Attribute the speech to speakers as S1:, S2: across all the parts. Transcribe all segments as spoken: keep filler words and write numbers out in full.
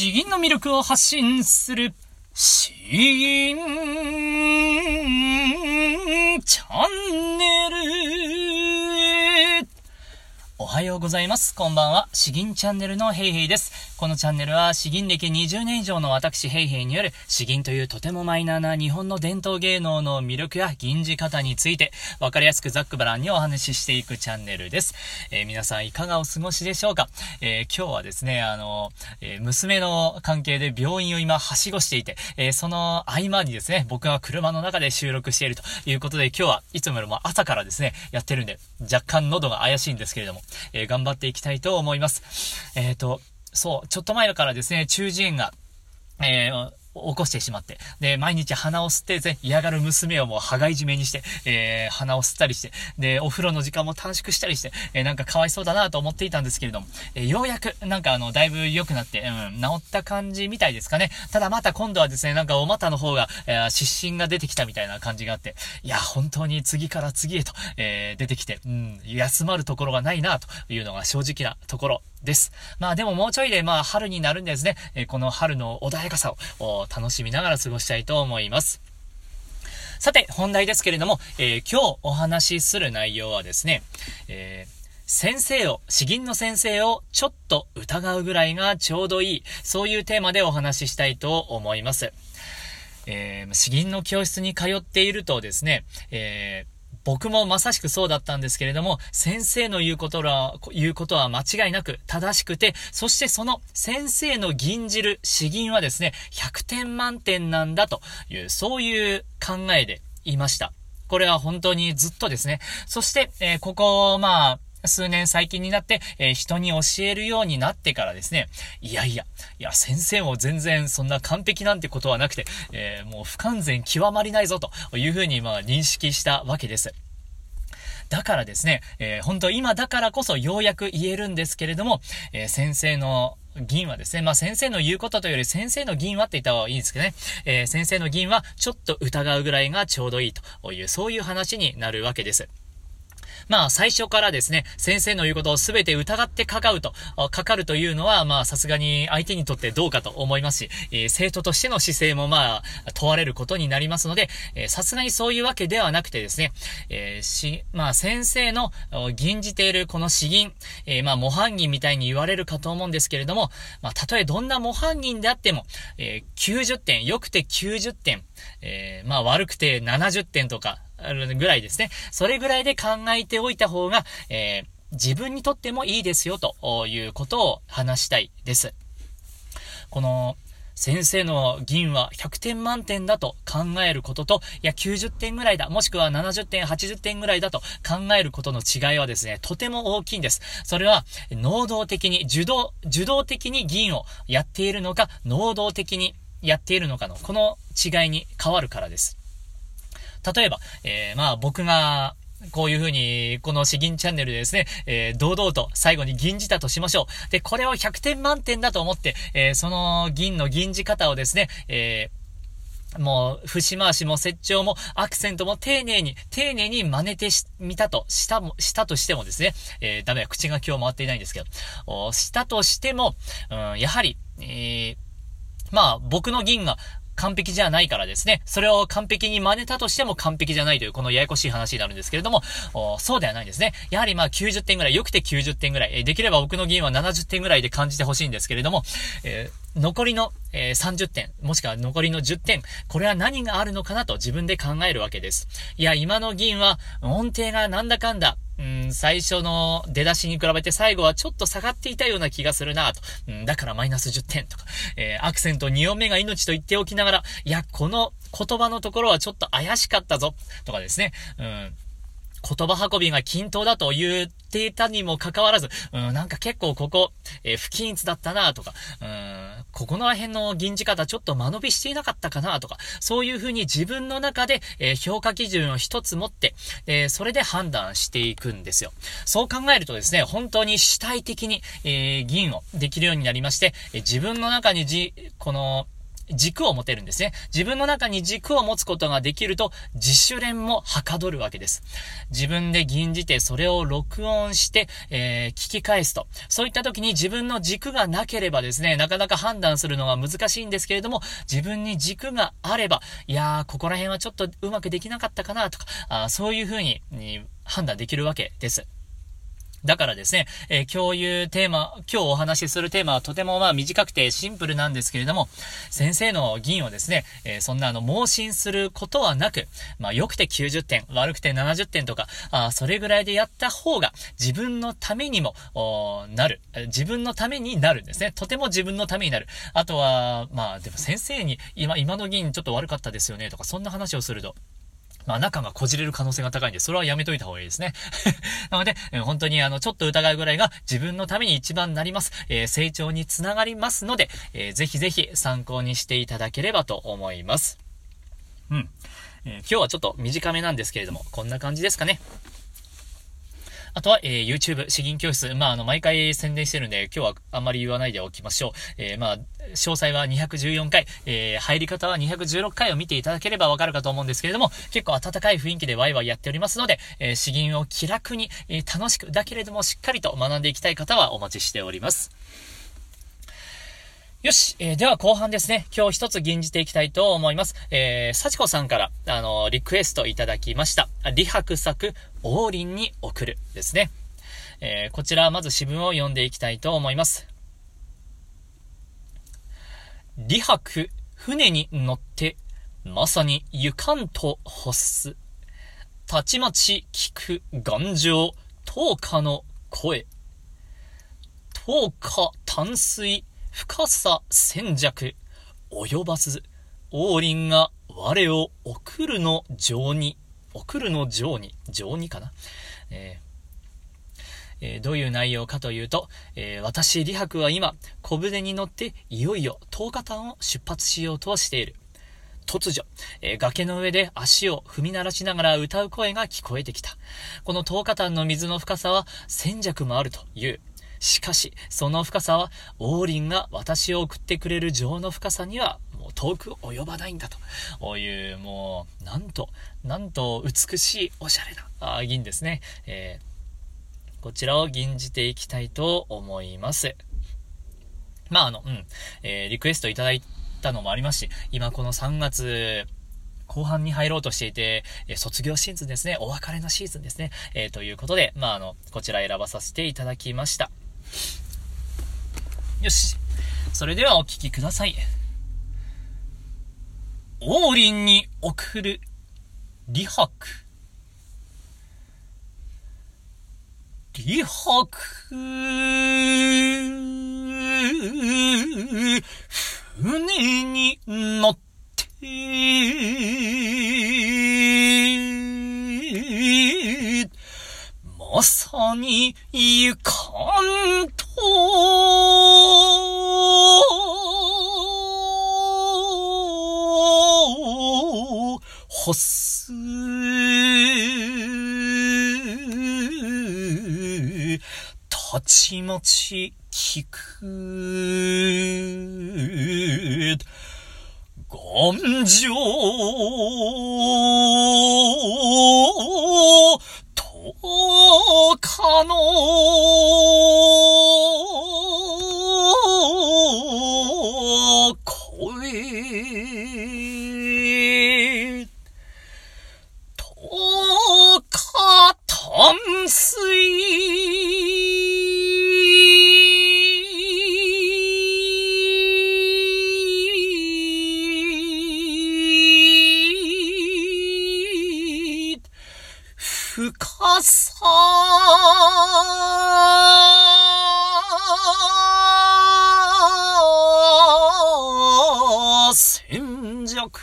S1: 詩吟の魅力を発信する詩吟チャンネル。おはようございます。こんばんは。詩吟チャンネルのヘイヘイです。このチャンネルは詩吟歴にじゅうねん以上の私ヘイヘイによる詩吟というとてもマイナーな日本の伝統芸能の魅力や吟じ方についてわかりやすくざっくばらんにお話ししていくチャンネルです。えー、皆さんいかがお過ごしでしょうか。えー、今日はですね、あの、えー、娘の関係で病院を今はしごしていて、えー、その合間にですね、僕は車の中で収録しているということで、今日はいつもよりも朝からですね、やってるんで、若干喉が怪しいんですけれども、えー、頑張っていきたいと思います。えーと、そう、ちょっと前からですね、中耳炎が、えー、起こしてしまって、で、毎日鼻を吸ってですね、嫌がる娘をもう羽がいじめにして、えー、鼻を吸ったりして、で、お風呂の時間も短縮したりして、えー、なんかかわいそうだなと思っていたんですけれども、えー、ようやく、なんかあの、だいぶ良くなって、うん、治った感じみたいですかね。ただまた今度はですね、なんかお股の方が、えー、湿疹が出てきたみたいな感じがあって、いや、本当に次から次へと、えー、出てきて、うん、休まるところがないなというのが正直なところです。まあでももうちょいで、まあ春になるんですね。えー、この春の穏やかさを楽しみながら過ごしたいと思います。さて、本題ですけれども、えー、今日お話しする内容はですね、えー、先生を、詩吟の先生をちょっと疑うぐらいがちょうどいい、そういうテーマでお話ししたいと思います。えー、詩吟の教室に通っているとですね、えー僕もまさしくそうだったんですけれども、先生の言うことは、言うことは間違いなく正しくて、そしてその先生の吟じる詩吟はですね、ひゃくてん満点なんだという、そういう考えでいました。これは本当にずっとですね。そして、えー、ここ、まあ、数年最近になって、えー、人に教えるようになってからですね、いやいや、いや先生も全然そんな完璧なんてことはなくて、えー、もう不完全極まりないぞというふうにまあ認識したわけです。だからですね、えー、本当今だからこそようやく言えるんですけれども、えー、先生の吟はですね、まあ先生の言うことというより先生の吟はって言った方がいいんですけどね、えー、先生の吟はちょっと疑うぐらいがちょうどいいという、そういう話になるわけです。まあ最初からですね、先生の言うことをすべて疑ってかかると、かかるというのはまあさすがに相手にとってどうかと思いますし、えー、生徒としての姿勢もまあ問われることになりますので、さすがにそういうわけではなくてですね、えー、し、まあ先生の吟じているこの詩吟、えー、まあ模範吟みたいに言われるかと思うんですけれども、まあたとえどんな模範吟であっても、えー、きゅうじゅってん、良くてきゅうじゅってん、えー、まあ悪くてななじゅってんとか、ぐらいですね。それぐらいで考えておいた方が、えー、自分にとってもいいですよということを話したいです。この先生の吟はひゃくてん満点だと考えることと、いやきゅうじゅってんぐらいだ、もしくはななじゅってん、はちじゅってんぐらいだと考えることの違いはですね、とても大きいんです。それは能動的に、受動、受動的に吟をやっているのか、能動的にやっているのかの、この違いに変わるからです。例えば、えー、まあ僕が、こういう風に、この詩吟チャンネルでですね、えー、堂々と最後に吟じたとしましょう。で、これをひゃくてん満点だと思って、えー、その吟の吟じ方をですね、えー、もう、節回しも節調もアクセントも丁寧に、丁寧に真似てみたと、したも、したとしてもですね、えー、ダメだ、口が今日回っていないんですけど、したとしても、うん、やはり、えー、まあ僕の吟が、完璧じゃないからですね。それを完璧に真似たとしても完璧じゃないというこのややこしい話になるんですけれども、そうではないんですね。やはりまあきゅうじゅってんぐらい、良くてきゅうじゅってんぐらい、えできれば僕の吟はななじゅってんぐらいで感じてほしいんですけれども、えー、残りの、えー、さんじゅってん、もしくは残りのじゅってん、これは何があるのかなと自分で考えるわけです。いや、今の吟は音程がなんだかんだ、うん、最初の出だしに比べて最後はちょっと下がっていたような気がするなと、うん、だからマイナスじゅってんとか、えー、アクセントに音目が命と言っておきながら、いや、この言葉のところはちょっと怪しかったぞとかですね、うん、言葉運びが均等だと言っていたにもかかわらず、うん、なんか結構ここ、えー、不均一だったなとか、うん、ここの辺の吟じ方ちょっと間延びしていなかったかなとか、そういうふうに自分の中で、えー、評価基準を一つ持って、えー、それで判断していくんですよ。そう考えるとですね、本当に主体的に、えー、吟をできるようになりまして、えー、自分の中にじ、この、 軸を持てるんですね。自分の中に軸を持つことができると、自主練もはかどるわけです。自分で吟じて、それを録音して、えー、聞き返すと。そういった時に自分の軸がなければですね、なかなか判断するのが難しいんですけれども、自分に軸があれば、いやー、ここら辺はちょっとうまくできなかったかなとか、あそういうふうに、に判断できるわけです。だからですね、えー、今日いうテーマ、今日お話しするテーマはとてもまあ短くてシンプルなんですけれども、先生の銀をですね、えー、そんなあの盲信することはなく、まあ良くてきゅうじゅってん、悪くてななじゅってんとか、あそれぐらいでやった方が自分のためにもなる。自分のためになるんですね。とても自分のためになる。あとは、まあでも先生に今、今の銀ちょっと悪かったですよねとか、そんな話をすると、まあ中がこじれる可能性が高いんで、それはやめといた方がいいですね。なので、本当にあの、ちょっと疑うぐらいが自分のために一番なります。えー、成長につながりますので、えー、ぜひぜひ参考にしていただければと思います。うん。えー、今日はちょっと短めなんですけれども、こんな感じですかね。あとは、えー、YouTube、詩吟教室。まあ、あの、毎回宣伝してるんで、今日はあんまり言わないでおきましょう。えー、まあ、詳細はにひゃくじゅうよんかい、えー、入り方はにひゃくじゅうろっかいを見ていただければわかるかと思うんですけれども、結構温かい雰囲気でワイワイやっておりますので、えー、詩吟を気楽に、えー、楽しく、だけれどもしっかりと学んでいきたい方はお待ちしております。よし、えー、では後半ですね。今日一つ吟じていきたいと思います。えー、幸子さんから、あのー、リクエストいただきました。李白作、王林に送るですね。えー、こちらまず詩文を読んでいきたいと思います。李白、船に乗って、まさに行かんと欲す。たちまち聞く頑丈、灯火の声。灯火淡水、深さ千尺、及ばず、王林が我を送るの情に、送るの情に、情にかな、えーえー、どういう内容かというと、えー、私、李白は今、小舟に乗って、いよいよ灯火潭を出発しようとしている。突如、えー、崖の上で足を踏み鳴らしながら歌う声が聞こえてきた。この灯火潭の水の深さは千尺もあるという。しかし、その深さは、王林が私を送ってくれる情の深さには、もう遠く及ばないんだと。こういう、もう、なんと、なんと美しい、おしゃれな、あ銀ですね。えーこちらを吟じていきたいと思います。まあ、あの、うん、えー、リクエストいただいたのもありますし、今このさんがつ後半に入ろうとしていて、えー、卒業シーズンですね、お別れのシーズンですね、えー、ということで、まあ、あの、こちら選ばさせていただきました。よし。それではお聞きください。王林に送る李白。李白、船に乗って、まさに行かんと、欲す。たちまち聞く頑丈灯火の声灯火淡水深さ千尺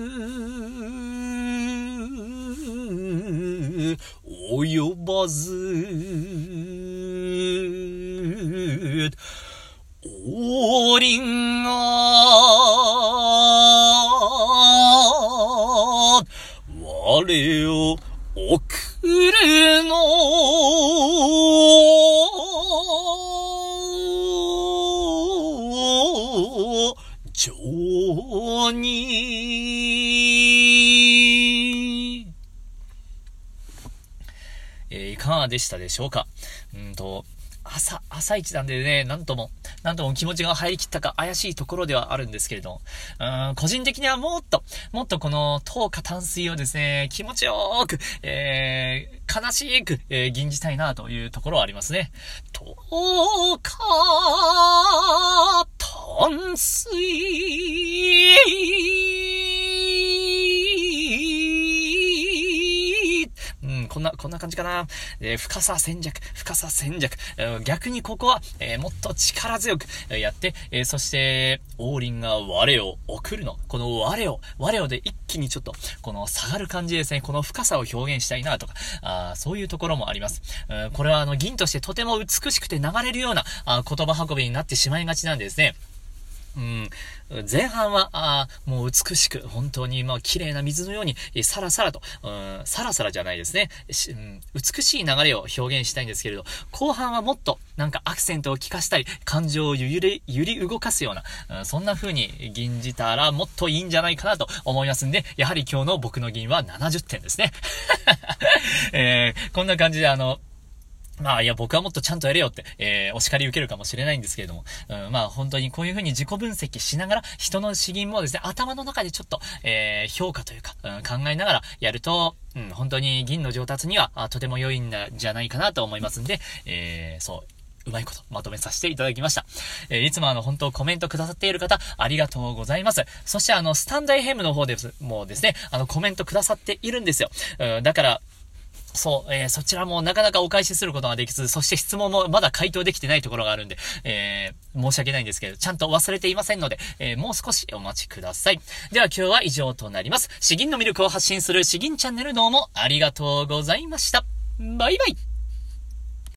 S1: 及ばず王林が我を送るの情に。えー、いかがでしたでしょうか。うんと、朝、朝一なんでね、なんとも、なんとも気持ちが入りきったか怪しいところではあるんですけれども、うーん、個人的にはもっと、もっとこの糖化淡水をですね、気持ちよーく、えー、悲しく、えー、吟じたいなというところはありますね。糖化淡水こんな、こんな感じかな。えー、深さ戦弱、深さ戦弱。えー、逆にここは、えー、もっと力強く、えー、やって、えー、そして、王林が我を送るの。この我を、我をで一気にちょっと、この下がる感じですね。この深さを表現したいなとか、あそういうところもあります。うん、これはあの、銀としてとても美しくて流れるようなあ言葉運びになってしまいがちなんですね。うん、前半は、あもう美しく、本当に、まあ、綺麗な水のように、えサラサラと、うん、サラサラじゃないですね、うん。美しい流れを表現したいんですけれど、後半はもっと、なんかアクセントを効かしたり、感情を揺り、揺り動かすような、うん、そんな風に吟じたらもっといいんじゃないかなと思いますんで、やはり今日の僕の吟はななじゅってんですね。えー、こんな感じで、あの、まあいや僕はもっとちゃんとやれよって、えー、お叱り受けるかもしれないんですけれども、うん、まあ本当にこういう風に自己分析しながら人の詩吟もですね、頭の中でちょっと、えー、評価というか、うん、考えながらやると、うん、本当に銀の上達にはあとても良いんじゃないかなと思いますんで、えー、そう。うまいことまとめさせていただきました。えー、いつもあの本当コメントくださっている方ありがとうございます。そしてあのスタンドエフエムの方でもですね、あのコメントくださっているんですよ。うん、だからそう、えー、そちらもなかなかお返しすることができず、そして質問もまだ回答できてないところがあるんで、えー、申し訳ないんですけど、ちゃんと忘れていませんので、えー、もう少しお待ちください。では今日は以上となります。詩吟の魅力を発信する詩吟チャンネルどうもありがとうございました。バイバイ。